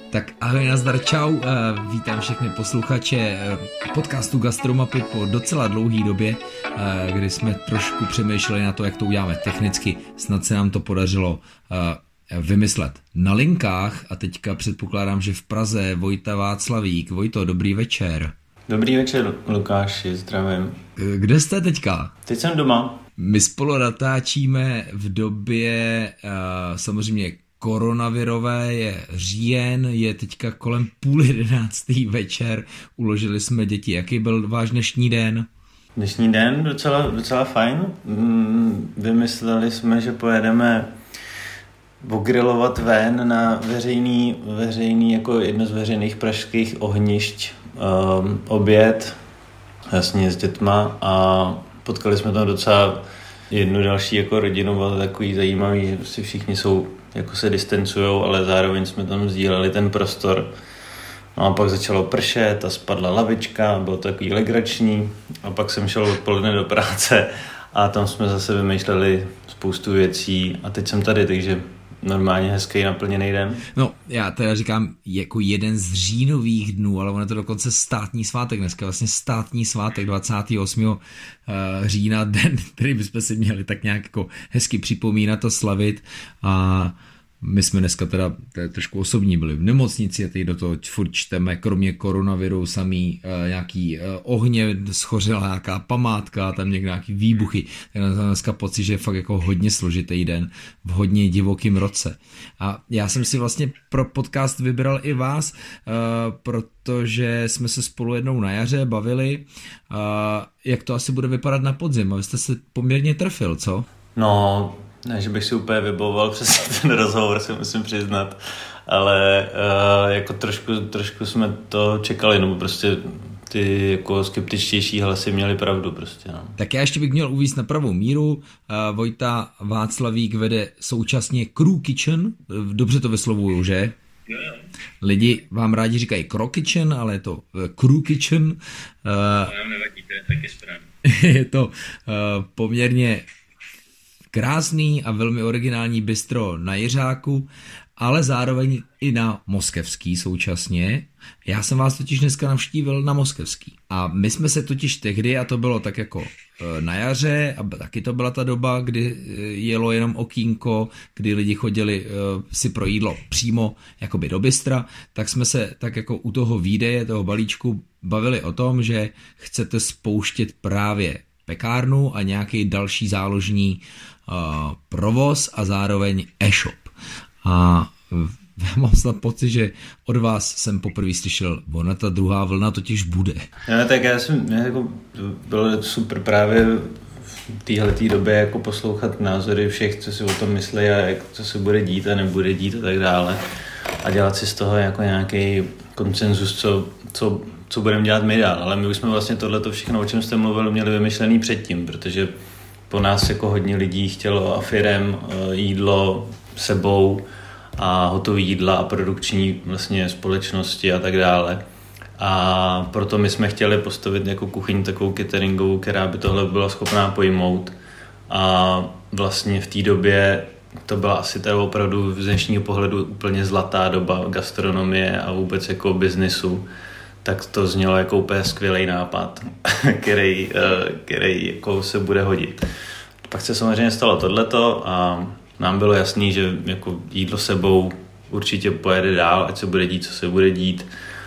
Tak ahoj, nazdar, čau, vítám všechny posluchače podcastu Gastromapy po docela dlouhý době, kdy jsme trošku přemýšleli na to, jak to uděláme technicky, snad se nám to podařilo vymyslet. Na linkách a teďka předpokládám, že v Praze Vojta Václavík. Vojto, dobrý večer. Dobrý večer, Lukáši, zdravím. Kde jste teďka? Teď jsem doma. My spolu natáčíme v době samozřejmě koronavirové, je říjen, je teďka kolem 10:30 večer, uložili jsme děti. Jaký byl váš dnešní den? Dnešní den docela fajn. Vymysleli jsme, že pojedeme ogrilovat ven na veřejný jako jedno z veřejných pražských ohnišť oběd, jasně s dětma, a potkali jsme tam docela jednu další jako rodinu, ale takový zajímavý, že si všichni jsou, jako se distancujou, ale zároveň jsme tam sdíleli ten prostor. No a pak začalo pršet a spadla lavička, bylo to takový legrační, a pak jsem šel odpoledne do práce a tam jsme zase vymýšleli spoustu věcí a teď jsem tady, takže normálně hezký naplněný den. No, já teda říkám jako jeden z říjnových dnů, ale on je to dokonce státní svátek. Dneska vlastně státní svátek 28. října, den, který bychom si měli tak nějak jako hezky připomínat a slavit. A my jsme dneska teda trošku osobní byli v nemocnici a teď do toho furt čteme, kromě koronaviru samý nějaký ohně, schořela nějaká památka, tam nějaký výbuchy. Tak mám dneska pocit, že je fakt jako hodně složitý den v hodně divokým roce. A já jsem si vlastně pro podcast vybral i vás, protože jsme se spolu jednou na jaře bavili, jak to asi bude vypadat na podzim. A vy jste se poměrně trefil, co? No, ne, že bych si úplně vyboval přes ten rozhovor, si musím přiznat, ale jako trošku jsme to čekali, nebo prostě ty jako skeptičtější hlasy měli pravdu prostě, no. Tak já ještě bych měl uvést na pravou míru. Vojta Václavík vede současně Crew Kitchen, dobře to vyslovuju, že? Jo. Lidi vám rádi říkají Crow Kitchen, ale je to Crew Kitchen. To nám nevadí, to je taky správně. Je to poměrně krásný a velmi originální bistro na Jiřáku, ale zároveň i na Moskevský současně. Já jsem vás totiž dneska navštívil na Moskevský. A my jsme se totiž tehdy, a to bylo tak jako na jaře, a taky to byla ta doba, kdy jelo jenom okýnko, kdy lidi chodili si pro jídlo přímo jakoby do bistra, tak jsme se tak jako u toho výdeje, toho balíčku bavili o tom, že chcete spouštět právě pekárnu a nějaký další záložní provoz a zároveň e-shop. A já mám snad pocit, že od vás jsem poprvé slyšel, ona ta druhá vlna totiž bude. No, tak bylo super právě v téhletý době jako poslouchat názory všech, co si o tom myslí a jak, co se bude dít a nebude dít a tak dále. A dělat si z toho jako nějaký konsenzus, co budeme dělat my dál. Ale my už jsme vlastně tohleto všechno, o čem jste mluvil, měli vymyšlený předtím, protože po nás jako hodně lidí chtělo a firem jídlo sebou a hotové jídla a produkční vlastně společnosti a tak dále. A proto my jsme chtěli postavit jako kuchyň takovou cateringovou, která by tohle byla schopná pojmout. A vlastně v té době to byla asi teda opravdu z dnešního pohledu úplně zlatá doba gastronomie a vůbec jako biznisu. Tak to znělo jako úplně skvělý nápad, který jako se bude hodit. Pak se samozřejmě stalo tohleto a nám bylo jasný, že jako jídlo sebou určitě pojede dál, ať se bude dít, co se bude dít.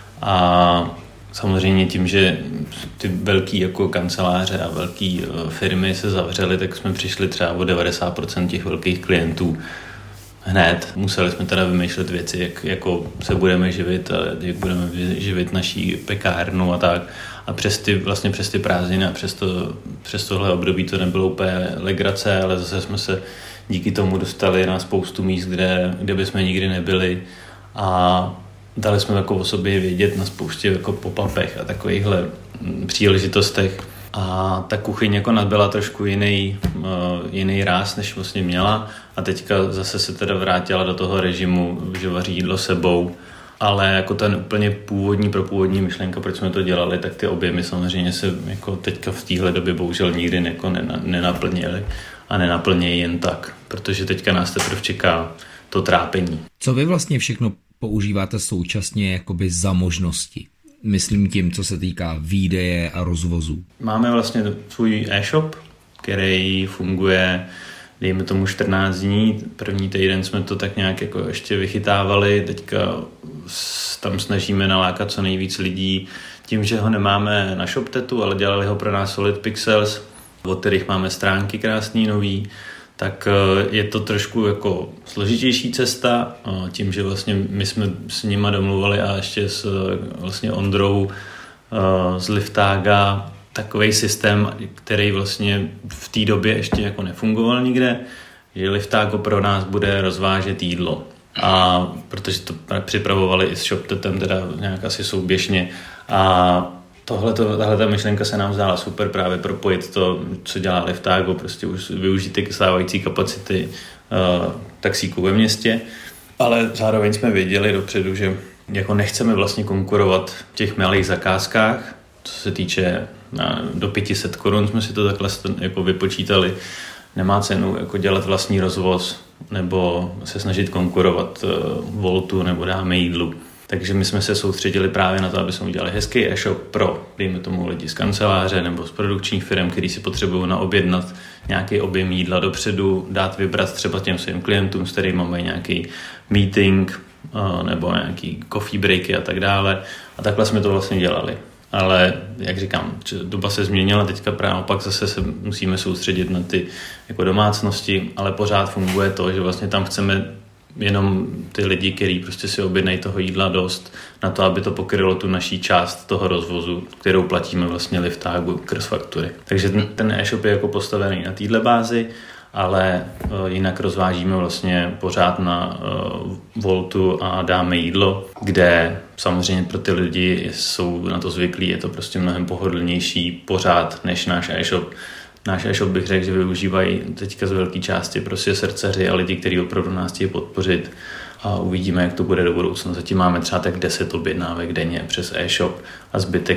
A samozřejmě tím, že ty velký jako kanceláře a velké firmy se zavřely, tak jsme přišli třeba o 90% těch velkých klientů hned. Museli jsme teda vymýšlet věci, jak jako se budeme živit a jak budeme živit naší pekárnu a tak. A přes ty prázdniny a přes tohle období to nebylo úplně legrace, ale zase jsme se díky tomu dostali na spoustu míst, kde bychom nikdy nebyli, a dali jsme jako o sobě vědět na spoustě jako pop-upech a takovýchhle příležitostech. A ta kuchyň jako nabyla trošku jiný ráz, než vlastně měla, a teďka zase se teda vrátila do toho režimu, že vaří jídlo sebou. Ale jako ten úplně původní myšlenka, proč jsme to dělali, tak ty objemy samozřejmě se jako teďka v téhle době bohužel nikdy jako nenaplnily a nenaplnějí jen tak, protože teďka nás teprve čeká to trápení. Co vy vlastně všechno používáte současně jakoby za možnosti? Myslím tím, co se týká výdeje a rozvozu. Máme vlastně svůj e-shop, který funguje, dejme tomu 14 dní. První týden jsme to tak nějak jako ještě vychytávali, teďka tam snažíme nalákat co nejvíc lidí tím, že ho nemáme na ShopTetu, ale dělali ho pro nás Solid Pixels, od kterých máme stránky krásný nový, tak je to trošku jako složitější cesta, tím, že vlastně my jsme s nima domluvali a ještě s vlastně Ondrou z Liftaga takovej systém, který vlastně v té době ještě jako nefungoval nikde, že Liftago pro nás bude rozvážet jídlo. A protože to připravovali i s ShopTetem teda nějak asi souběžně a tahle ta myšlenka se nám zdála super právě propojit to, co dělá Liftago, prostě už využít ty stávající kapacity taxíků ve městě, ale zároveň jsme věděli dopředu, že jako nechceme vlastně konkurovat v těch malých zakázkách, co se týče do 500 korun jsme si to takhle jako vypočítali, nemá cenu jako dělat vlastní rozvoz nebo se snažit konkurovat Voltu nebo Dáme jídlu. Takže my jsme se soustředili právě na to, aby jsme udělali hezký e-shop pro, dejme tomu, lidi z kanceláře nebo z produkčních firm, kteří si potřebují naobjednat nějaký objem jídla dopředu, dát vybrat třeba těm svým klientům, s kterými mají nějaký meeting nebo nějaký coffee breaky a tak dále. A takhle jsme to vlastně dělali. Ale, jak říkám, doba se změnila, teďka právě opak zase se musíme soustředit na ty jako domácnosti, ale pořád funguje to, že vlastně tam chceme jenom ty lidi, kteří prostě si objednají toho jídla dost na to, aby to pokrylo tu naší část toho rozvozu, kterou platíme vlastně Liftagu skrz faktury. Takže ten e-shop je jako postavený na téhle bázi, ale jinak rozvážíme vlastně pořád na Voltu a Dáme jídlo, kde samozřejmě pro ty lidi jsou na to zvyklí, je to prostě mnohem pohodlnější pořád než náš e-shop. Náš e-shop bych řekl, že využívají teďka z velké části prostě srdcaři a lidi, kteří opravdu nás chtějí podpořit a uvidíme, jak to bude do budoucna. Zatím máme třeba tak 10 objednávek denně přes e-shop a zbytek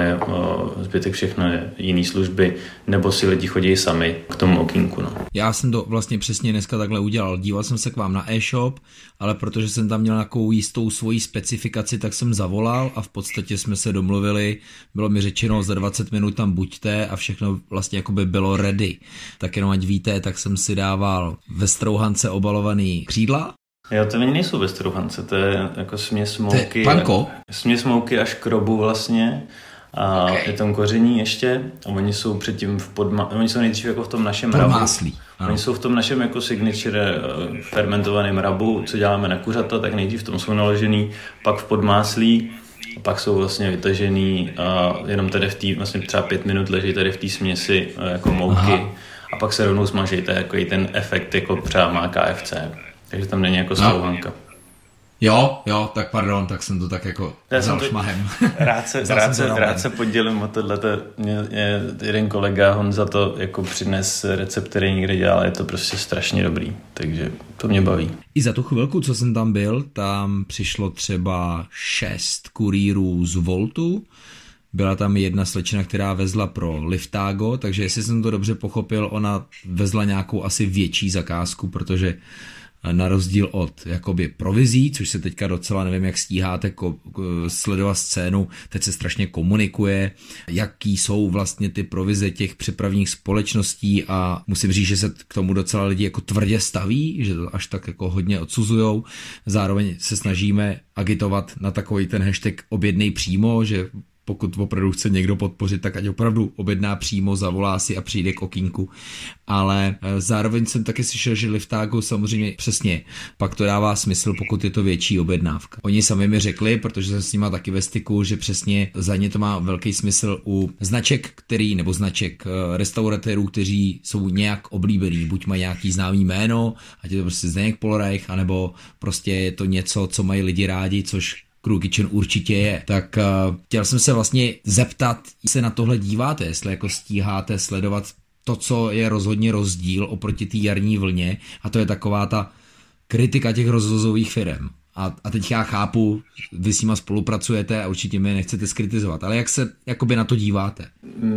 všechno je jiný služby, nebo si lidi chodí sami k tomu okýnku. No. Já jsem to vlastně přesně dneska takhle udělal. Díval jsem se k vám na e-shop, ale protože jsem tam měl nějakou jistou svoji specifikaci, tak jsem zavolal a v podstatě jsme se domluvili, bylo mi řečeno, za 20 minut tam buďte a všechno vlastně jako by bylo ready. Tak jenom ať víte, tak jsem si dával ve strouhance obalovaný křídla. Jo, to nejsou ve strouhance, to je jako směs mouky. Směs mouky a škrobu vlastně. A okay. Je tam koření ještě a oni jsou předtím oni jsou nejdřív jako v tom našem rabu. Oni jsou v tom našem jako signature fermentovaném rabu, co děláme na kuřata, tak nejdřív v tom jsou naložený, pak v podmáslí, a pak jsou vlastně vytažený a jenom tady v té, vlastně třeba 5 minut leží tady v té směsi jako mouky. Aha. A pak se rovnou smaží, to je jako i ten efekt, jako třeba má KFC. Takže tam není jako strouhanka. Jo, tak pardon, tak jsem to tak jako vzal šmahem. Rád se podělím o tohleto. Jeden kolega Honza to jako přines recept, který někde dělal, je to prostě strašně dobrý, takže to mě baví. I za tu chvilku, co jsem tam byl, tam přišlo třeba 6 kurýrů z Voltu. Byla tam jedna slečna, která vezla pro Liftago, takže jestli jsem to dobře pochopil, ona vezla nějakou asi větší zakázku, protože na rozdíl od jakoby provizí, což se teďka docela nevím, jak stíháte sledovat scénu, teď se strašně komunikuje, jaký jsou vlastně ty provize těch přepravních společností a musím říct, že se k tomu docela lidi jako tvrdě staví, že to až tak jako hodně odsuzujou. Zároveň se snažíme agitovat na takový ten hashtag objednej přímo, že pokud opravdu chce někdo podpořit, tak ať opravdu objedná přímo, zavolá si a přijde k okýnku. Ale zároveň jsem taky slyšel, že Liftago samozřejmě přesně, pak to dává smysl, pokud je to větší objednávka. Oni sami mi řekli, protože jsem s nima taky ve styku, že přesně za ně to má velký smysl u značek, restauratérů, kteří jsou nějak oblíbený, buď mají nějaký známý jméno, ať je to prostě Zdeněk Polorajch, anebo prostě je to něco, co mají lidi rádi, což Crew Kitchen určitě je. Tak chtěl jsem se vlastně zeptat, se na tohle díváte, jestli jako stíháte sledovat to, co je rozhodně rozdíl oproti té jarní vlně, a to je taková ta kritika těch rozvozových firem. A teď já chápu, vy s nima spolupracujete a určitě mě nechcete skritizovat, ale jak se jakoby na to díváte?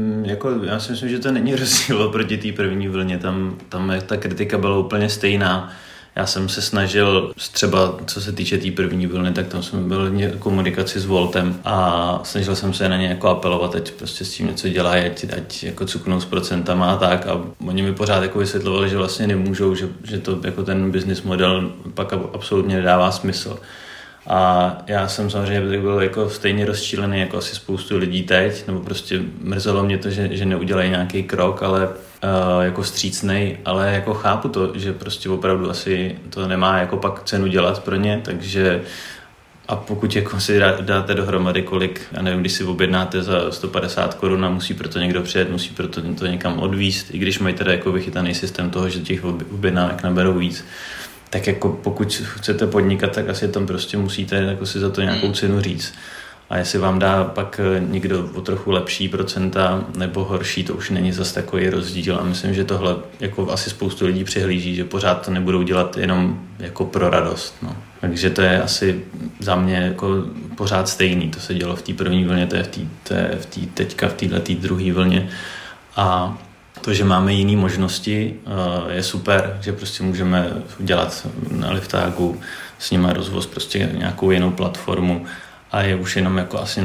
Já si myslím, že to není rozdíl oproti té první vlně, tam ta kritika byla úplně stejná. Já jsem se snažil, třeba co se týče té první vlny, tak tam jsem byl v komunikaci s Voltem a snažil jsem se na ně jako apelovat, ať prostě s tím něco dělají, ať jako cuknou s procentama a tak. A oni mi pořád jako vysvětlovali, že vlastně nemůžou, že to jako ten business model pak absolutně nedává smysl. A já jsem samozřejmě byl jako stejně rozčílený jako asi spoustu lidí teď, nebo prostě mrzelo mě to, že neudělají nějaký krok, ale jako vstřícnej, ale jako chápu to, že prostě opravdu asi to nemá jako pak cenu dělat pro ně, takže a pokud jako si dáte dohromady kolik, já nevím, když si objednáte za 150 korun a musí proto někdo přijet, musí proto to někam odvízt, i když mají teda jako vychytaný systém toho, že těch objednávek naberou víc, tak jako pokud chcete podnikat, tak asi tam prostě musíte jako si za to nějakou cenu říct. A jestli vám dá pak někdo o trochu lepší procenta nebo horší, to už není zas takový rozdíl. A myslím, že tohle jako asi spoustu lidí přihlíží, že pořád to nebudou dělat jenom jako pro radost. No. Takže to je asi za mě jako pořád stejný. To se dělo v té první vlně, to je teďka v této druhé vlně. A to, že máme jiné možnosti, je super, že prostě můžeme dělat na Liftagu s nimi rozvoz, prostě nějakou jinou platformu a je už jenom jako asi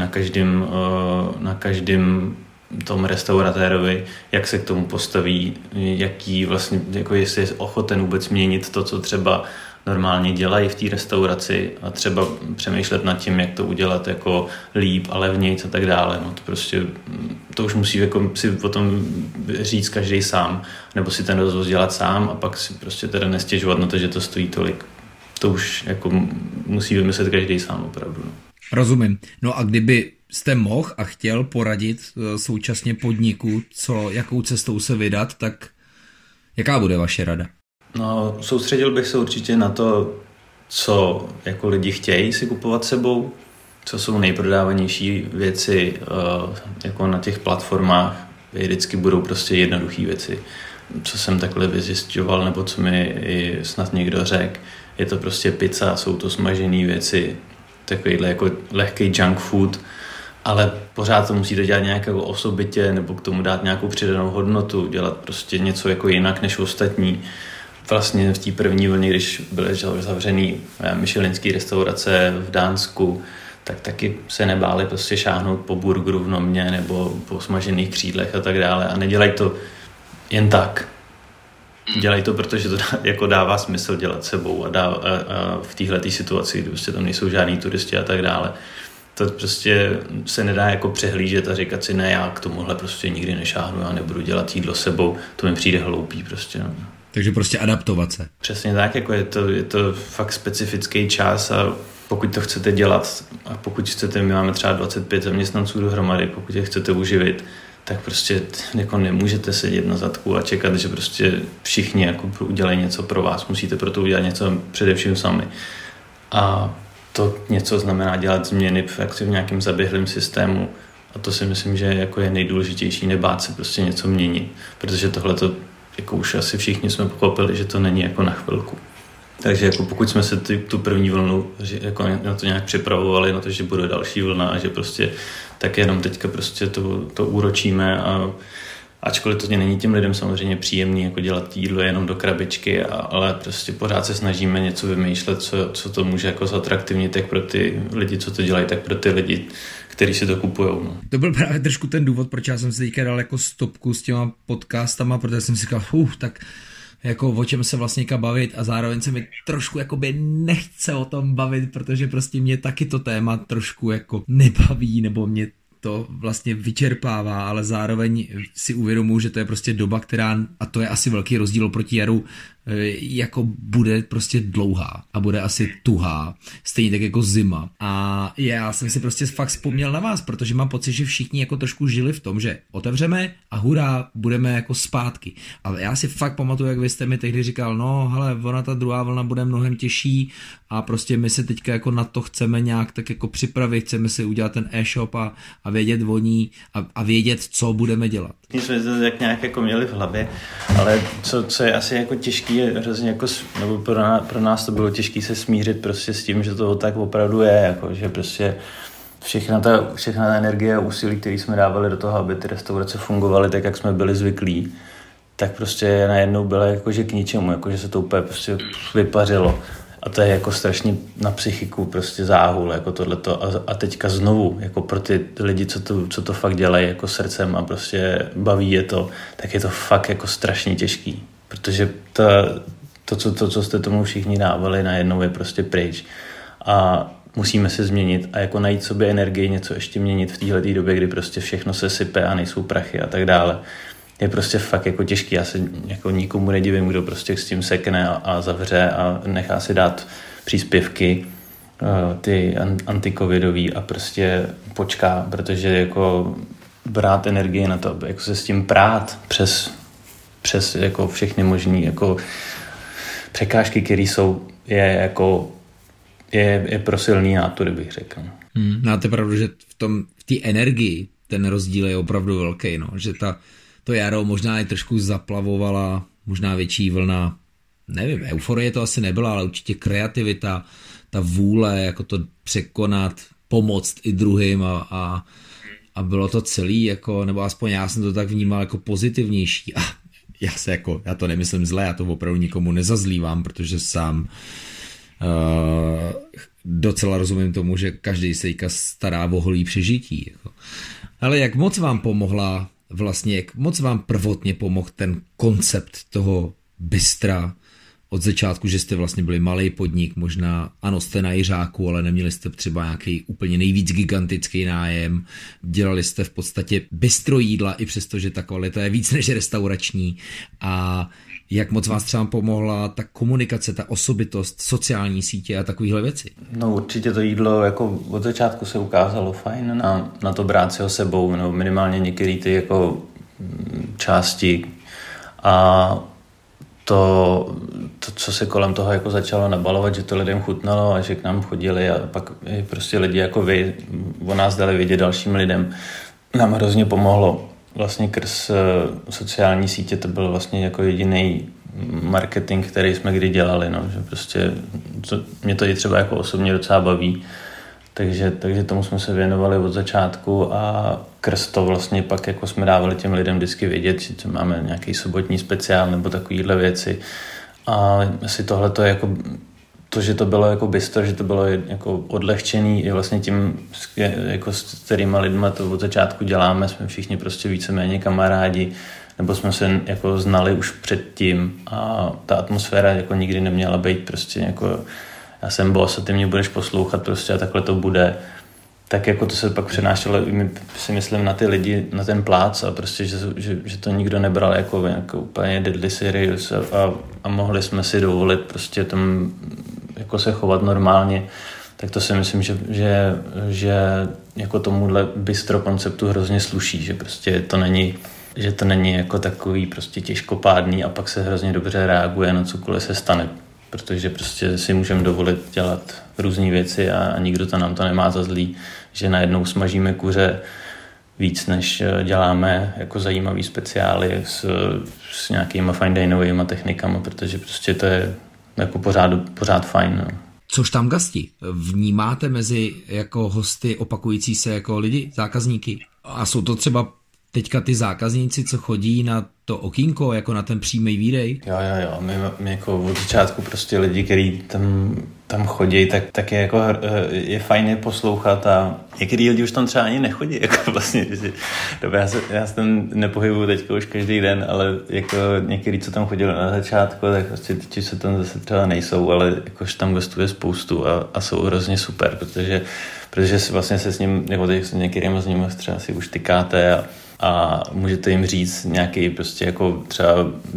na každém tom restauratérovi, jak se k tomu postaví, jaký vlastně, jako jestli je ochoten vůbec měnit to, co třeba normálně dělají v té restauraci a třeba přemýšlet nad tím, jak to udělat jako líp a levnějc a tak dále. No to prostě, to už musí jako si o tom říct každý sám, nebo si ten rozvoz dělat sám a pak si prostě teda nestěžovat na to, že to stojí tolik. To už jako musí vymyslet každý sám opravdu. No. Rozumím. No a kdyby jste mohl a chtěl poradit současně podniku, jakou cestou se vydat, tak jaká bude vaše rada? No, soustředil bych se určitě na to, co jako lidi chtějí si kupovat sebou, co jsou nejprodávanější věci jako na těch platformách. Vždycky budou prostě jednoduché věci. Co jsem takhle vyzjišťoval, nebo co mi i snad někdo řekl, je to prostě pizza, jsou to smažené věci, takovýhle jako lehký junk food, ale pořád to musíte dělat nějak jako osobitě, nebo k tomu dát nějakou přidanou hodnotu, dělat prostě něco jako jinak než ostatní. Vlastně v té první vlně, když byly zavřený michelinský restaurace v Dánsku, tak taky se nebáli prostě šáhnout po burgeru v Nomě nebo po smažených křídlech a tak dále. A nedělají to jen tak. Dělají to, protože to jako dává smysl dělat sebou a v téhletý situaci, kdy prostě tam nejsou žádní turisti a tak dále. To prostě se nedá jako přehlížet a říkat si, ne, já k tomuhle prostě nikdy nešáhnu, já nebudu dělat jídlo sebou, to mi přijde hloupý prostě. No. Takže prostě adaptovat se. Přesně tak, jako je to fakt specifický čas a pokud to chcete dělat a pokud chcete, my máme třeba 25 zaměstnanců dohromady, pokud je chcete uživit, tak prostě jako nemůžete sedět na zadku a čekat, že prostě všichni jako udělají něco pro vás. Musíte pro to udělat něco především sami. A to něco znamená dělat změny v nějakém zaběhlém systému. A to si myslím, že jako je nejdůležitější, nebát se prostě něco měnit. Protože tohle to jako už asi všichni jsme pochopili, že to není jako na chvilku. Takže jako pokud jsme se tu první vlnu jako na to nějak připravovali, na to, že bude další vlna a že prostě tak jenom teďka prostě to úročíme a ačkoliv to není těm lidem samozřejmě příjemný jako dělat jídlo jenom do krabičky, ale prostě pořád se snažíme něco vymýšlet, co to může jako zatraktivnit jak pro ty lidi, co to dělají, tak pro ty lidi, kteří si to kupujou. No. To byl právě trošku ten důvod, proč já jsem si teďka dal jako stopku s těma podcastama, protože jsem si říkal, tak jako o čem se vlastně bavit a zároveň se mi trošku jakoby nechce o tom bavit, protože prostě mě taky to téma trošku jako nebaví, nebo mě to vlastně vyčerpává, ale zároveň si uvědomuji, že to je prostě doba, která, a to je asi velký rozdíl proti jaru, jako bude prostě dlouhá a bude asi tuhá, stejně tak jako zima. A já jsem si prostě fakt vzpomněl na vás, protože mám pocit, že všichni jako trošku žili v tom, že otevřeme a hurá, budeme jako zpátky. Ale já si fakt pamatuju, jak vy jste mi tehdy říkal, no hele, ona ta druhá vlna bude mnohem těžší a prostě my se teďka jako na to chceme nějak tak jako připravit, chceme si udělat ten e-shop a vědět o ní a vědět, co budeme dělat. My jsme to tak nějak jako měli v hlavě, ale co je asi jako těžký, je hrozně jako, nebo pro nás to bylo těžké se smířit prostě s tím, že to tak opravdu je, jako, že prostě všechna ta energie a úsilí, které jsme dávali do toho, aby ty restaurace fungovaly tak, jak jsme byli zvyklí, tak prostě najednou byla jakože k ničemu, jakože se to úplně prostě vypařilo. A to je jako strašně na psychiku prostě záhul, jako tohleto. A teďka znovu, jako pro ty lidi, co to fakt dělají jako srdcem a prostě baví je to, tak je to fakt jako strašně těžký. Protože to, co jste tomu všichni dávali, najednou je prostě pryč. A musíme se změnit a jako najít sobě energii, něco ještě měnit v téhleté době, kdy prostě všechno se sype a nejsou prachy a tak dále. Je prostě fakt jako těžký. Já se jako nikomu nedivím, kdo prostě s tím sekne a zavře a nechá si dát příspěvky ty antikovidový a prostě počká, protože jako brát energii na to, jako se s tím prát přes jako všechny možný jako překážky, které jsou, je pro silný nátury, bych řekl. Máte pravdu, že v té energii ten rozdíl je opravdu velký, no, že to jaro možná i trošku zaplavovala, možná větší vlna, nevím, euforie to asi nebyla, ale určitě kreativita, ta vůle, jako to překonat, pomoct i druhým a bylo to celý, jako, nebo aspoň já jsem to tak vnímal jako pozitivnější. A já to nemyslím zle, já to opravdu nikomu nezazlívám, protože sám docela rozumím tomu, že každý se stará o holý přežití. Jako. Ale jak moc vám pomohla vlastně, jak moc vám prvotně pomohl ten koncept toho bystra od začátku, že jste vlastně byli malý podnik, možná ano, jste na Jiřáku, ale neměli jste třeba nějaký úplně nejvíc gigantický nájem, dělali jste v podstatě bystro jídla, i přesto, že ta kvalita je víc než restaurační. A jak moc vás třeba pomohla ta komunikace, ta osobitost, sociální sítě a takovéhle věci? No určitě to jídlo jako od začátku se ukázalo fajn na to brát si ho sebou, no minimálně některé ty jako části a to, co se kolem toho jako začalo nabalovat, že to lidem chutnalo a že k nám chodili a pak prostě lidi jako vy o nás dali vědět dalším lidem, nám hrozně pomohlo. Vlastně krz sociální sítě to byl vlastně jako jediný marketing, který jsme kdy dělali, no, že prostě mě to i třeba jako osobně docela baví, takže tomu jsme se věnovali od začátku a krz to vlastně pak jako jsme dávali těm lidem vždycky vědět, že máme nějaký sobotní speciál nebo takovýhle věci a asi tohle to je jako to, že to bylo jako bystro, že to bylo jako odlehčený i vlastně tím, jako s kterýma lidma to od začátku děláme, jsme všichni prostě víceméně kamarádi, nebo jsme se jako znali už předtím a ta atmosféra jako nikdy neměla být prostě jako já jsem boss a ty mě budeš poslouchat prostě a takhle to bude. Tak jako to se pak přenášelo, si myslím, na ty lidi, na ten plác a prostě, že to nikdo nebral jako úplně deadly serious a mohli jsme si dovolit prostě tam jako se chovat normálně, tak to si myslím, že jako tomuhle bistro konceptu hrozně sluší, že prostě to není jako takový prostě těžkopádný a pak se hrozně dobře reaguje na cokoliv se stane, protože prostě si můžeme dovolit dělat různý věci a nikdo to nám to nemá za zlý, že najednou smažíme kuře víc, než děláme jako zajímavý speciály s nějakýma fine dinovými technikama, protože prostě to je jako pořád fajn. No. Což tam gasti? Vnímáte mezi jako hosty opakující se jako lidi, zákazníky? A jsou to třeba teďka ty zákazníci, co chodí na to okýnko, jako na ten přímý výdej? Jo. My jako od začátku prostě lidi, kteří tam chodí, tak je jako je fajn je poslouchat a některý lidi už tam třeba ani nechodí, jako vlastně, já se tam nepohybuju teďka už každý den, ale jako některý, co tam chodili na začátku, tak prostě ti se tam zase třeba nejsou, ale jakož tam gostuje spoustu a jsou hrozně super, protože vlastně se s ním, nebo teď s některými z nimi třeba si už tykáte a můžete jim říct nějaký prostě jako třeba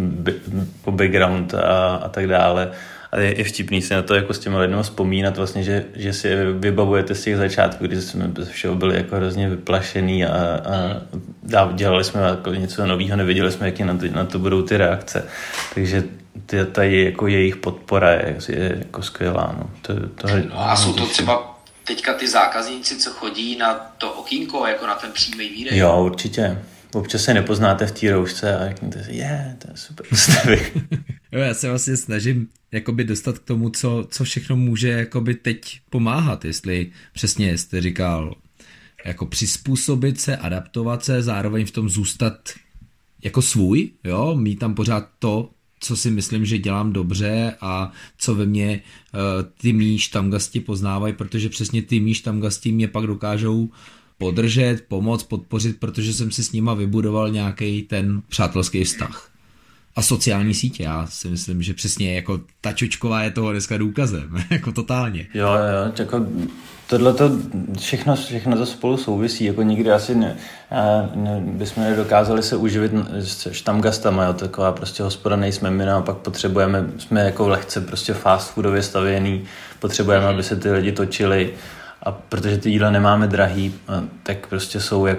background a tak dále. A je vtipný se na to jako s těmi lidmi vzpomínat vlastně, že si vybavujete z těch začátků, kdy jsme ze všeho byli jako hrozně vyplašený a dělali jsme jako něco nového, nevěděli jsme, jaký na to budou ty reakce. Takže tady jako jejich podpora je jako skvělá. No. A jsou to třeba teďka ty zákazníci, co chodí na to okýnko, jako na ten přímý výdej? Jo, určitě. Občas se nepoznáte v té roušce a řeknete si, to je super postavy. Já se vlastně snažím jakoby dostat k tomu, co všechno může jakoby teď pomáhat, jestli přesně jste říkal, jako přizpůsobit se, adaptovat se, zároveň v tom zůstat jako svůj, jo, mít tam pořád to, co si myslím, že dělám dobře a co ve mně ty mý štamgasti poznávají, protože přesně ty mý štamgasti mě pak dokážou podržet, pomoct, podpořit, protože jsem si s nima vybudoval nějaký ten přátelský vztah. A sociální sítě, já si myslím, že přesně jako ta Čočková je toho dneska důkazem, jako totálně. Jo, jako tohleto všechno to spolu souvisí, jako nikdy asi bychom nedokázali se uživit s štamgastama, jo, taková prostě hospoda nejsme my, a pak potřebujeme, jsme jako lehce prostě fast foodově stavěný, potřebujeme, aby se ty lidi točili, a protože ty jídla nemáme drahý, tak prostě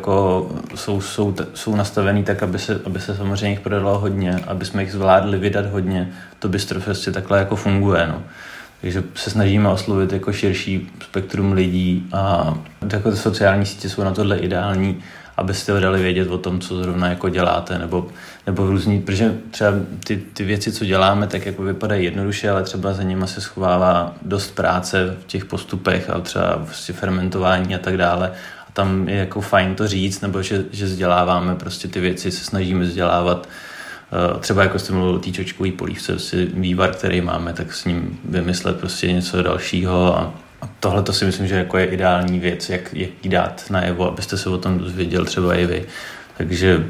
jsou nastavený tak, aby se samozřejmě jich prodalo hodně, aby jsme jich zvládli vydat hodně. To bistro prostě takhle jako funguje, no. Takže se snažíme oslovit jako širší spektrum lidí a jako ty sociální sítě jsou na tohle ideální, abyste dali vědět o tom, co zrovna jako děláte, nebo různý, protože třeba ty věci, co děláme, tak jako vypadají jednoduše, ale třeba za nimi se schovává dost práce v těch postupech a třeba vlastně fermentování a tak dále. A tam je jako fajn to říct, nebo že vzděláváme prostě ty věci, se snažíme vzdělávat. Třeba jako jste mluvil o té čočkové polívce, vývar, který máme, tak s ním vymyslet prostě něco dalšího a tohle to si myslím, že jako je ideální věc, jak ji dát najevo, abyste se o tom dozvěděl třeba i vy. Takže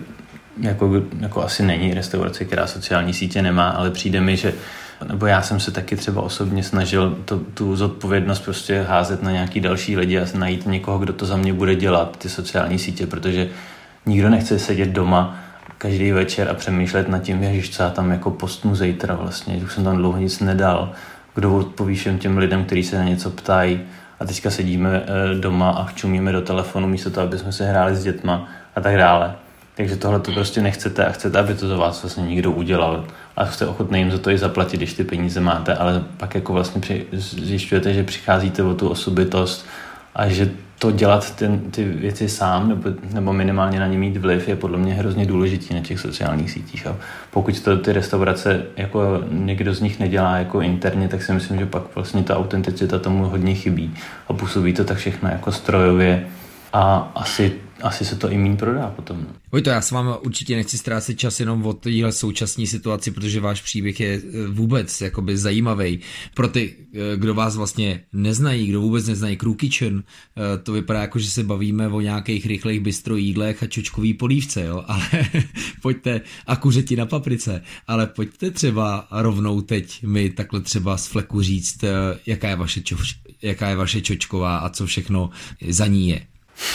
jako asi není restaurace, která sociální sítě nemá, ale přijde mi, že nebo já jsem se taky třeba osobně snažil tu zodpovědnost prostě házet na nějaký další lidi a najít někoho, kdo to za mě bude dělat, ty sociální sítě, protože nikdo nechce sedět doma každý večer a přemýšlet nad tím, ježiš, co já tam jako postnu zítra vlastně, už jsem tam dlouho nic nedal, kdo odpoví všem těm lidem, kteří se na něco ptají a teďka sedíme doma a čumíme do telefonu místo toho, aby jsme se hráli s dětma a tak dále. Takže tohle to prostě nechcete a chcete, aby to za vás vlastně někdo udělal a jste ochotný jim za to i zaplatit, když ty peníze máte, ale pak jako vlastně zjišťujete, že přicházíte o tu osobitost a že to dělat ty věci sám nebo minimálně na ně mít vliv je podle mě hrozně důležitý na těch sociálních sítích. A pokud to ty restaurace jako někdo z nich nedělá jako interně, tak si myslím, že pak vlastně ta autenticita tomu hodně chybí a působí to tak všechno jako strojově a asi se to i míň prodá potom. Vojto, já s vámi určitě nechci ztrácet čas jenom o téhle současné situaci, protože váš příběh je vůbec jakoby zajímavý. Pro ty, kdo vás vlastně neznají, kdo vůbec neznají Crew Kitchen, to vypadá jako, že se bavíme o nějakých rychlých bistro jídlech a čočkový polívce, jo, ale pojďte a kuřeti na paprice, ale pojďte třeba rovnou teď mi takhle třeba z fleku říct, jaká je vaše čočková a co všechno za ní je.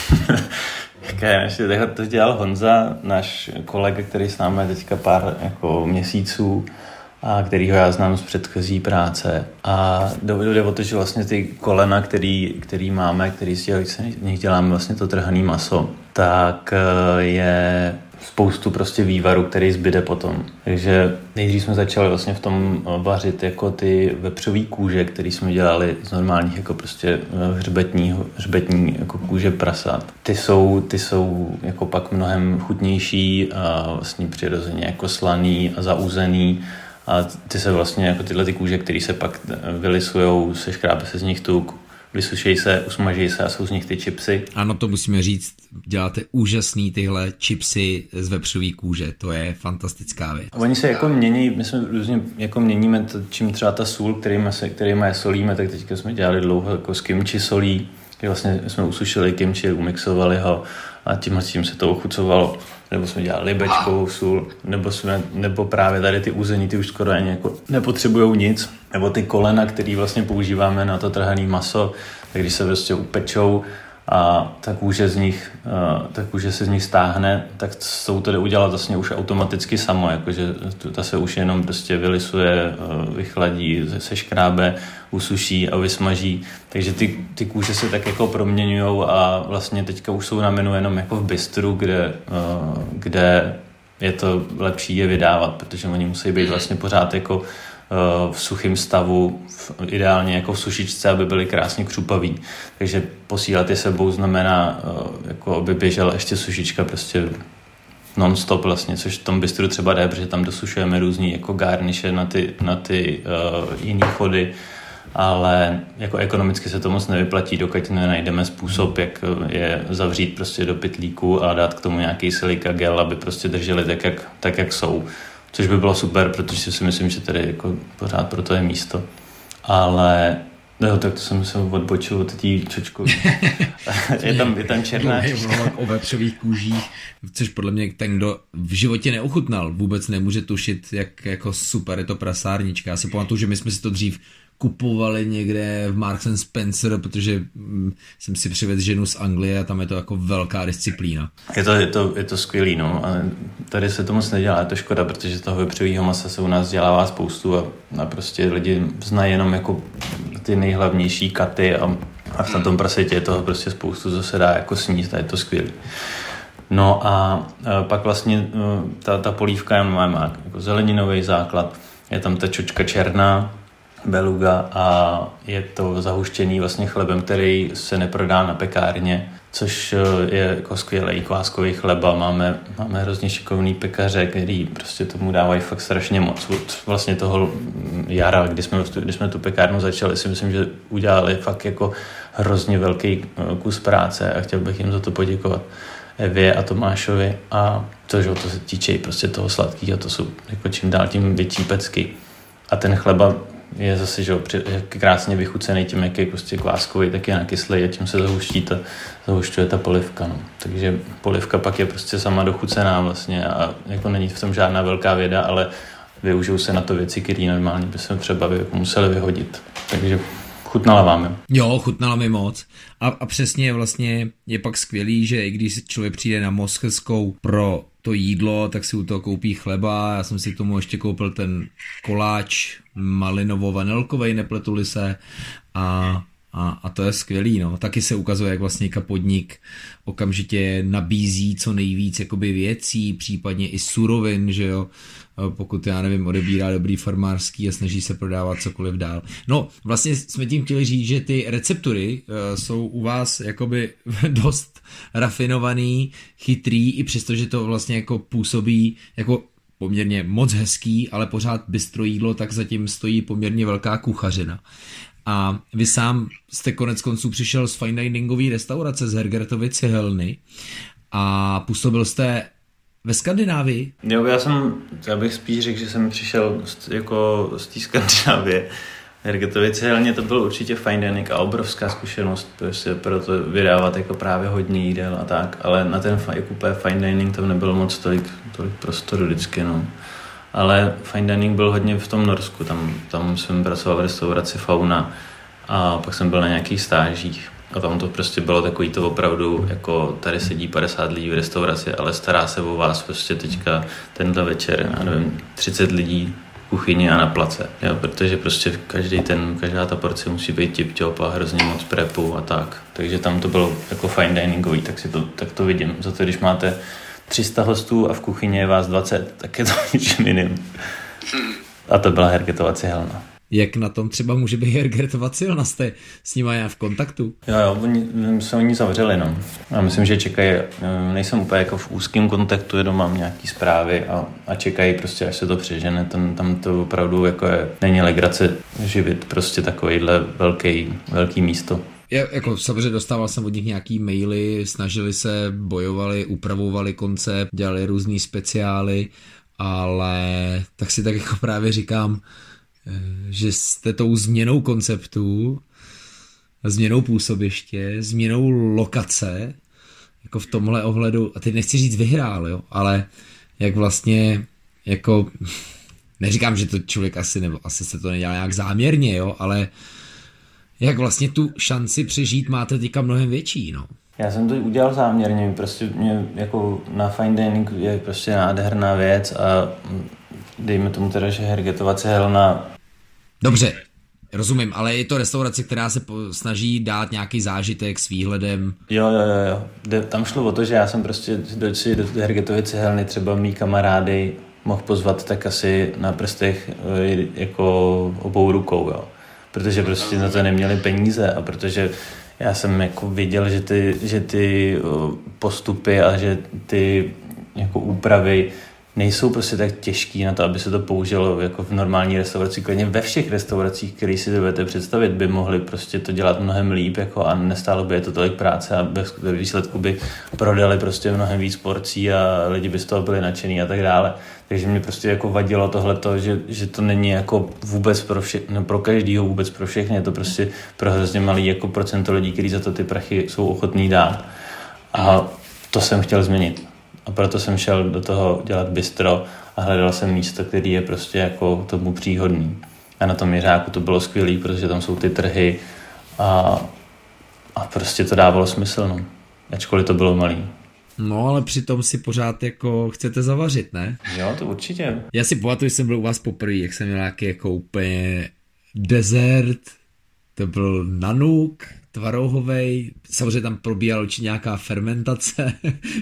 To dělal Honza, náš kolega, který s námi je teďka pár jako měsíců a kterýho já znám z předchozí práce. A jde o to, že vlastně ty kolena, který máme, který z nich děláme vlastně to trhaný maso, tak je spoustu prostě vývaru, který zbyde potom. Takže nejdřív jsme začali vlastně v tom vařit jako ty vepřový kůže, který jsme dělali z normálních jako prostě hřbetní jako kůže prasat. Ty jsou jako pak mnohem chutnější a vlastně přirozeně jako slaný a zauzený. A ty se vlastně jako tyhle ty kůže, které se pak vylisujou, seškrábe se z nich tuk, vysušejí se, usmaží se a jsou z nich ty chipsy. Ano, to musíme říct, děláte úžasný tyhle chipsy z vepřový kůže, to je fantastická věc. Oni se jako mění, my jsme různě jako měníme to, čím třeba ta sůl, kterýma je solíme, tak teďka jsme dělali dlouho jako s kimchi solí, kdy vlastně jsme usušili kimchi, umixovali ho a tím se to ochucovalo. Nebo jsme dělali libečkovou sůl, nebo právě tady ty úzení, ty už skoro ani jako nepotřebujou nic. Nebo ty kolena, které vlastně používáme na to trhané maso, tak když se prostě upečou a ta kůže se z nich stáhne, tak to jde udělat vlastně už automaticky samo, jakože ta se už jenom prostě vylisuje, vychladí, seškrábe, usuší a vysmaží. Takže ty kůže se tak jako proměňujou a vlastně teďka už jsou na menu jenom jako v bistru, kde je to lepší je vydávat, protože oni musí být vlastně pořád jako v suchém stavu, ideálně jako v sušičce, aby byly krásně křupaví. Takže posílat je sebou znamená, jako aby běžela ještě sušička prostě non-stop vlastně, což v tom bistru třeba jde, protože tam dosušujeme různý jako garniše na ty jiný chody ale jako ekonomicky se to moc nevyplatí, dokud nenajdeme způsob, jak je zavřít prostě do pytlíku a dát k tomu nějaký silika gel, aby prostě drželi tak, jak jsou. Což by bylo super, protože si myslím, že tady jako pořád pro to je místo. Ale no, tak to jsem se odbočil od té čočkový. je tam černá o vepřových kůžích, což podle mě ten, kdo v životě neochutnal, vůbec nemůže tušit, jak jako super je to prasárnička. Já si pamatuju, že my jsme si to dřív kupovali někde v Marks and Spencer, protože jsem si přivedl ženu z Anglie a tam je to jako velká disciplína. Je to skvělý, no. A tady se to moc nedělá, je to škoda, protože toho vepřového masa se u nás dělává spoustu a prostě lidi znají jenom jako ty nejhlavnější katy a v tom prasětě je toho prostě spoustu, co se dá jako sníst a je to skvělý. No a pak vlastně ta polívka má jako zeleninový základ, je tam ta čočka černá, beluga a je to zahuštěný vlastně chlebem, který se neprodá na pekárně, což je jako skvělý kváskový chleba. Máme hrozně šikovný pekaře, který prostě tomu dávají fakt strašně moc. Vlastně toho jara, kdy jsme tu pekárnu začali, si myslím, že udělali fakt jako hrozně velký kus práce a chtěl bych jim za to poděkovat. Evě a Tomášovi a to se týče prostě toho sladkého, to jsou jako čím dál tím větší pecky. A ten chleba je zase, že krásně vychucený tím, jak je prostě kváskový, tak je nakyslej a tím se zahušťuje ta polivka. No. Takže polivka pak je prostě sama dochucená vlastně a jako není v tom žádná velká věda, ale využijou se na to věci, které normálně by se třeba jako museli vyhodit. Takže chutnala vám, jo? Jo, chutnala mi moc. A přesně vlastně je pak skvělý, že i když člověk přijde na Moskevskou pro to jídlo, tak si u toho koupí chleba. Já jsem si k tomu ještě koupil ten koláč malinovo-vanilkovej, nepletuli se. A to je skvělý, no. Taky se ukazuje, jak vlastně podnik okamžitě nabízí co nejvíc jakoby věcí, případně i surovin, že jo, pokud, já nevím, odebírá dobrý farmářský a snaží se prodávat cokoliv dál. No, vlastně jsme tím chtěli říct, že ty receptury jsou u vás jakoby dost rafinovaný, chytrý, i přesto, že to vlastně jako působí jako poměrně moc hezký, ale pořád bystro jídlo, tak zatím stojí poměrně velká kuchařina. A vy sám jste konec konců přišel z fine diningové restaurace z Hergertovy cihelny a působil jste ve Skandinávii. Jo, já bych spíš řekl, že jsem přišel z té Skandinávie. Hergertovy cihelně to byl určitě fine dining a obrovská zkušenost, prostě proto vydávat jako právě hodně jídel a tak, ale na ten jako fine dining tam nebylo moc tolik prostoru vždycky, no. Ale fine dining byl hodně v tom Norsku, tam jsem pracoval v restauraci Fauna a pak jsem byl na nějakých stážích a tam to prostě bylo takový to opravdu, jako tady sedí 50 lidí v restauraci, ale stará se o vás prostě teďka tenhle večer, já nevím, 30 lidí v kuchyni a na place, jo, protože prostě každá ta porce musí být tip-top a hrozně moc prepu a tak, takže tam to bylo jako fine diningový, tak to vidím, za to když máte 300 hostů a v kuchyni je vás 20, tak je to nič minimum. A to byla Hergertova cihelna. Jak na tom třeba může být Hergertova cihelna? Jste s nima já v kontaktu? Jo, oni zavřeli, no. Já myslím, že čekají, nejsem úplně jako v úzkém kontaktu, jenom mám nějaký zprávy a čekají prostě, až se to přežene. Tam to opravdu jako není legrace živit prostě takovýhle velký místo. Jako samozřejmě dostával jsem od nich nějaký maily, snažili se, bojovali, upravovali koncept, dělali různý speciály, ale tak si tak jako právě říkám, že jste tou změnou konceptu, změnou působiště, změnou lokace, jako v tomhle ohledu, a teď nechci říct vyhrál, jo, ale jak vlastně, jako, neříkám, že to člověk asi se to nedělá nějak záměrně, jo, ale jak vlastně tu šanci přežít máte teďka mnohem větší, no. Já jsem to udělal záměrně, prostě mě jako na fine dining je prostě nádherná věc a dejme tomu teda, že Hergertova cihelna. Dobře, rozumím, ale je to restaurace, která se snaží dát nějaký zážitek s výhledem. Jo. Tam šlo o to, že já jsem prostě do Hergertovy cihelny třeba mý kamarády mohl pozvat tak asi na prstech jako obou rukou, jo. Protože prostě na to neměli peníze a protože já jsem jako viděl, že ty postupy a že ty jako úpravy nejsou prostě tak těžký na to, aby se to použilo jako v normální restauraci. Klidně ve všech restauracích, které si dovedete představit, by mohli prostě to dělat mnohem líp jako a nestálo by je to tolik práce a ve výsledku by prodali prostě mnohem víc porcí a lidi by z toho byli nadšený a tak dále. Takže mě prostě jako vadilo tohleto, že to není jako vůbec pro každýho, vůbec pro všechny, je to prostě pro hrozně malý jako procento lidí, kteří za to ty prachy jsou ochotní dát. A to jsem chtěl změnit. A proto jsem šel do toho dělat bistro a hledal jsem místo, který je prostě jako tomu příhodný. A na tom Jiřáku to bylo skvělý, protože tam jsou ty trhy a prostě to dávalo smysl, no. Ačkoliv to bylo malý. No, ale přitom si pořád jako chcete zavařit, ne? Jo, to určitě. Já si pamatuju, že jsem byl u vás poprvé, jak jsem měl nějaký jako úplně dezert, to byl nanuk, tvarohovej, samozřejmě tam probíhala určitě nějaká fermentace,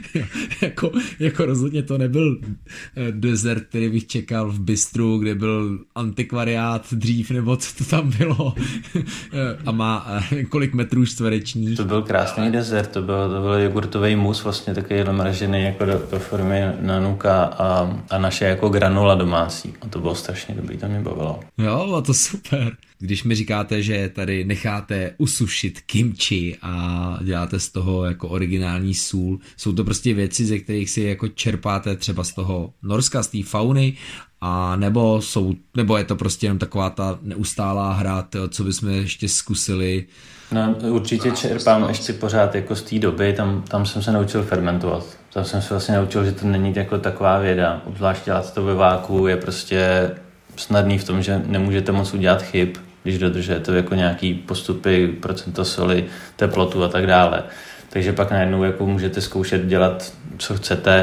jako rozhodně to nebyl dezert, který bych čekal v bistru, kde byl antikvariát dřív, nebo co to tam bylo a má kolik metrů čtverečních. To byl krásný dezert, to byl jogurtový mus, vlastně takový namražený jako do formy nanuka a naše jako granula domácí. A to bylo strašně dobrý, to mě bavilo. Jo, a to super. Když mi říkáte, že tady necháte usušit kimchi a děláte z toho jako originální sůl, jsou to prostě věci, ze kterých si jako čerpáte třeba z toho Norska, z té fauny, a nebo je to prostě jenom taková ta neustálá hra, co bychom ještě zkusili. No, určitě čerpám ještě pořád jako z té doby, tam jsem se naučil fermentovat. Tam jsem se vlastně naučil, že to není jako taková věda. Obzvlášť dělat to ve váku je prostě snadný v tom, že nemůžete moc udělat chyb, když dodržujete jako nějaký postupy, procento soli, teplotu a tak dále. Takže pak najednou jako můžete zkoušet dělat, co chcete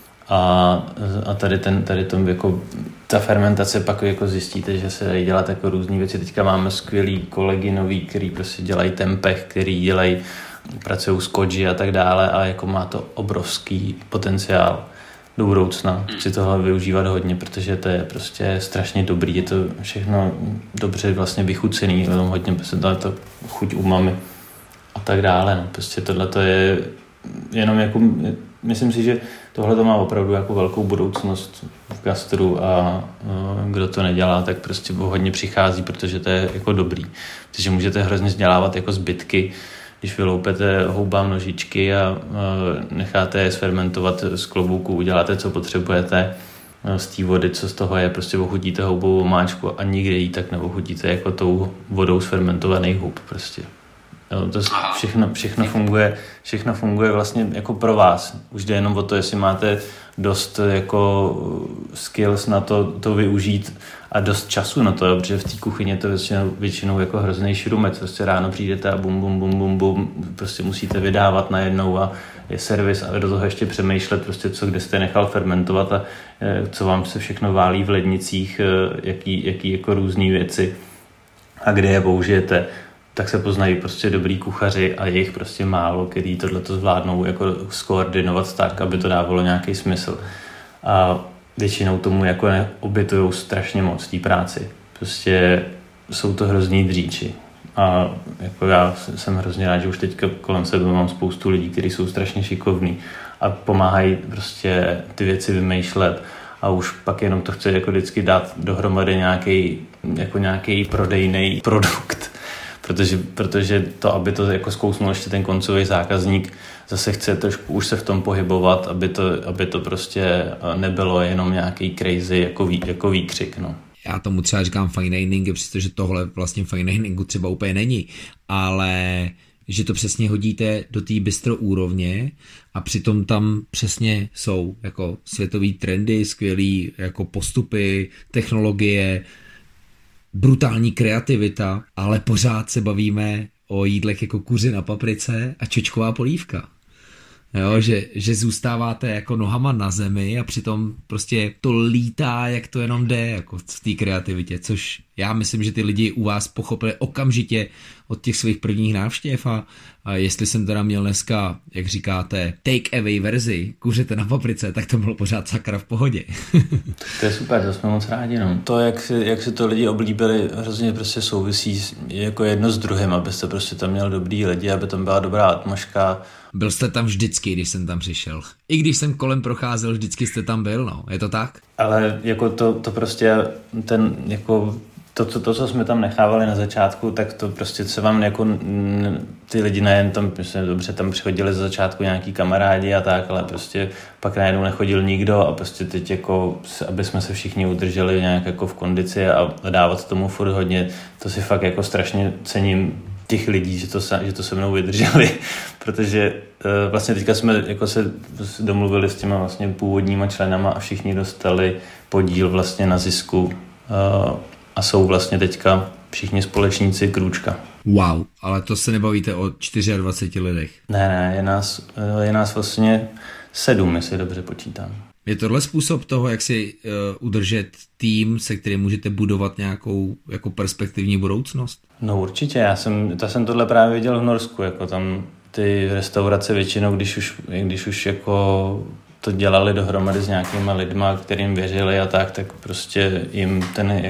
a tady tom jako ta fermentace pak jako zjistíte, že se dají dělat jako různý věci. Teďka máme skvělý kolegy nový, který prostě dělají tempeh, který pracují s koji a tak dále a jako má to obrovský potenciál do budoucna. Chci tohle využívat hodně, protože to je prostě strašně dobrý, je to všechno dobře vlastně vychucený, hodně prostě to chuť umami a tak dále. No. Prostě tohle to je jenom jako, myslím si, že tohle to má opravdu jako velkou budoucnost v gastru a kdo to nedělá, tak prostě hodně přichází, protože to je jako dobrý. Protože můžete hrozně vzdělávat jako zbytky, když vyloupete houbám nožičky a necháte je sfermentovat z klobouku, uděláte, co potřebujete z té vody, co z toho je, prostě ochutíte houbovou omáčku a nikdy ji tak neochutíte jako tou vodou sfermentovaných hub prostě. Jo, to všechno funguje vlastně jako pro vás. Už jde jenom o to, jestli máte dost jako skills na to využít a dost času na to, protože v té kuchyni je to většinou jako hrozný šrumec. Prostě ráno přijdete a bum, prostě musíte vydávat najednou a je servis a do toho ještě přemýšlet prostě co, kde jste nechal fermentovat a co vám se všechno válí v lednicích, jaký jako různý věci a kde je použijete. Tak se poznají prostě dobrý kuchaři a je jich prostě málo, který tohleto zvládnou jako skoordinovat tak, aby to dávalo nějaký smysl. A většinou tomu jako obětujou strašně moc té práci. Prostě jsou to hrozný dříči. A jako já jsem hrozně rád, že už teďka kolem sebe mám spoustu lidí, kteří jsou strašně šikovní a pomáhají prostě ty věci vymýšlet a už pak jenom to chce jako vždycky dát dohromady nějaký prodejný produkt. Protože to, aby to jako zkousnul ještě ten koncový zákazník, zase chce trošku už se v tom pohybovat, aby to prostě nebylo jenom nějaký crazy jako výkřik. No. Já tomu třeba říkám fine dining, přestože tohle vlastně fine diningu třeba úplně není, ale že to přesně hodíte do té bistro úrovně a přitom tam přesně jsou jako světový trendy, skvělý jako postupy, technologie, brutální kreativita, ale pořád se bavíme o jídlech jako kuře na paprice a čočková polívka. Jo, že zůstáváte jako nohama na zemi a přitom prostě to lítá, jak to jenom jde jako v té kreativitě, což já myslím, že ty lidi u vás pochopili okamžitě od těch svých prvních návštěv a jestli jsem teda měl dneska, jak říkáte, take away verzi kuřete na paprice, tak to bylo pořád sakra v pohodě. To je super, to jsme moc rádi. No. To, jak si to lidi oblíbili, hrozně prostě souvisí jako jedno s druhým, abyste prostě tam měl dobrý lidi, aby tam byla dobrá atmosféra. Byl jste tam vždycky, když jsem tam přišel. I když jsem kolem procházel, vždycky jste tam byl, no. Je to tak? Ale jako to prostě ten jako to, co jsme tam nechávali na začátku, tak to prostě se vám jako ty lidi nejen tam, prostě dobře, tam přichodili za začátku nějaký kamarádi a tak, ale prostě pak najednou nechodil nikdo a prostě teď jako, aby jsme se všichni udrželi nějak jako v kondici a dávat tomu furt hodně, to si fakt jako strašně cením těch lidí, že to se mnou vydrželi, protože vlastně teďka jsme jako se domluvili s těma vlastně původníma členama a všichni dostali podíl vlastně na zisku a jsou vlastně teďka všichni společníci Krůčka. Wow, ale to se nebavíte o 24 lidech. Ne, je nás vlastně 7, jestli dobře počítám. Je tohle způsob toho, jak si udržet tým, se kterým můžete budovat nějakou jako perspektivní budoucnost? No určitě, já jsem tohle právě viděl v Norsku, jako tam ty restaurace většinou, když už jako to dělali dohromady s nějakýma lidma, kterým věřili a tak prostě jim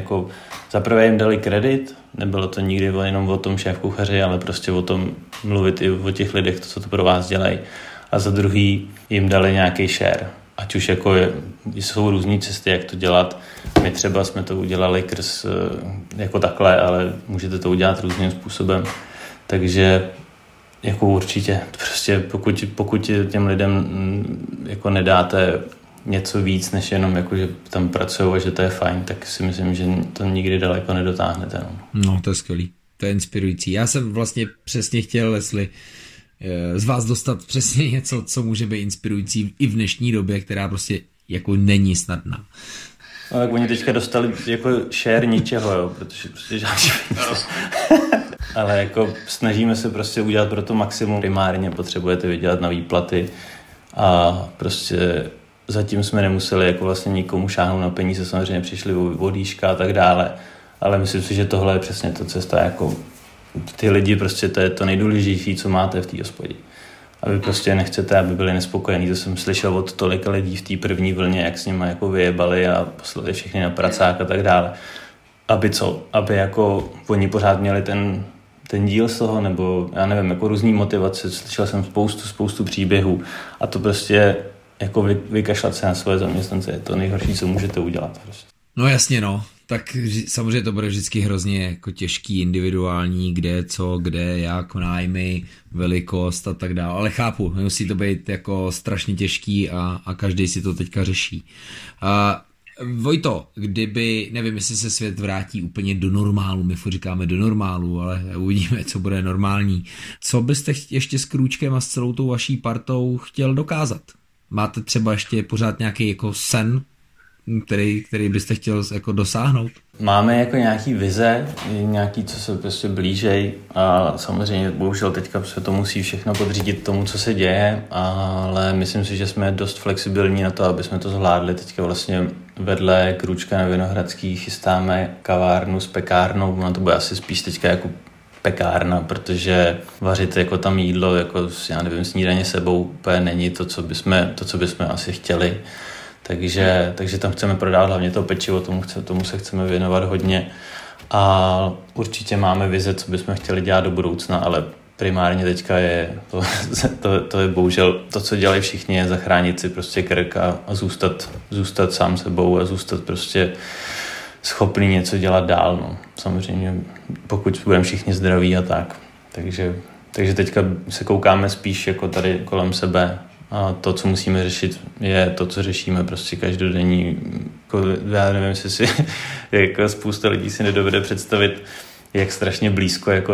zaprvé jim dali kredit, nebylo to nikdy jenom o tom šéfkuchaři, ale prostě o tom mluvit i o těch lidech, co to pro vás dělají. A za druhý jim dali nějaký share. Ať už jako jsou různý cesty, jak to dělat. My třeba jsme to udělali jako takhle, ale můžete to udělat různým způsobem. Takže jako určitě, prostě pokud těm lidem jako nedáte něco víc, než jenom jako, že tam pracují a že to je fajn, tak si myslím, že to nikdy daleko nedotáhnete. No, to je skvělý, to je inspirující. Já jsem vlastně přesně chtěl, jestli z vás dostat přesně něco, co může být inspirující i v dnešní době, která prostě jako není snadná. No, tak oni teďka dostali jako share ničeho, jo, protože prostě žádný peníze. Ale jako snažíme se prostě udělat pro to maximum. Primárně potřebujete vydělat na výplaty a prostě zatím jsme nemuseli jako vlastně nikomu šáhnout na peníze, samozřejmě přišli vodíška a tak dále, ale myslím si, že tohle je přesně ta cesta, jako ty lidi prostě to je to nejdůležitější, co máte v té hospodě. A vy prostě nechcete, aby byli nespokojení. To jsem slyšel od tolika lidí v té první vlně, jak s nimi jako vyjebali a poslali všechny na pracák a tak dále. Aby jako oni pořád měli ten díl z toho, nebo já nevím, jako různý motivace. Slyšel jsem spoustu příběhů a to prostě jako vykašlat se na svoje zaměstnance je to nejhorší, co můžete udělat. Prostě. No jasně, no. Tak samozřejmě to bude vždycky hrozně jako těžký, individuální, kde, co, kde, jak, nájmy, velikost a tak dále. Ale chápu, musí to být jako strašně těžký a každý si to teďka řeší. Vojto, kdyby, nevím, jestli se svět vrátí úplně do normálu, my furt říkáme do normálu, ale uvidíme, co bude normální. Co byste ještě s Krůčkem a s celou tou vaší partou chtěl dokázat? Máte třeba ještě pořád nějaký jako sen, který byste chtěl jako dosáhnout? Máme jako nějaký vize, nějaký, co se prostě blížej a samozřejmě bohužel teďka se to musí všechno podřídit tomu, co se děje, ale myslím si, že jsme dost flexibilní na to, aby jsme to zvládli. Teďka vlastně vedle Krůčka na Vinohradský chystáme kavárnu s pekárnou, ono to bude asi spíš teďka jako pekárna, protože vařit jako tam jídlo, jako já nevím, snídaně sebou úplně není to, co bychom asi chtěli. Takže tam chceme prodávat hlavně to pečivo, tomu se chceme věnovat hodně a určitě máme vize, co bychom chtěli dělat do budoucna, ale primárně teďka je to je bohužel to, co dělají všichni, je zachránit si prostě krk a zůstat sám sebou a zůstat prostě schopný něco dělat dál. No. Samozřejmě pokud budeme všichni zdraví a tak. Takže teďka se koukáme spíš jako tady kolem sebe. A to, co musíme řešit, je to, co řešíme prostě každodenní. Já nevím, jestli si jako spousta lidí si nedovede představit, jak strašně blízko jako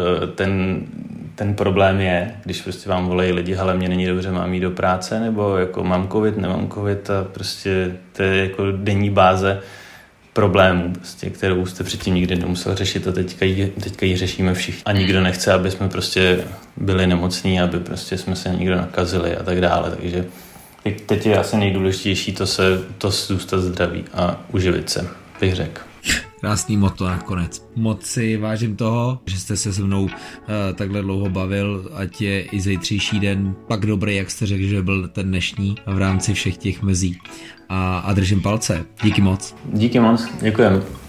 ten problém je, když prostě vám volají lidi, hele, mě není dobře, mám jít do práce, nebo jako mám covid, nemám covid a prostě to je jako denní báze problémů, prostě, kterou jste předtím nikdy nemusel řešit a teďka ji řešíme všichni. A nikdo nechce, aby jsme prostě byli nemocní, aby prostě jsme se nikdo nakazili a tak dále. Takže teď je asi nejdůležitější to zůstat zdravý a uživit se, bych řekl. Krásný motto nakonec. Moc si vážím toho, že jste se se mnou takhle dlouho bavil, ať je i zítřejší den tak dobrý, jak jste řekl, že byl ten dnešní v rámci všech těch mezí. A držím palce. Díky moc. Díky moc, děkujeme.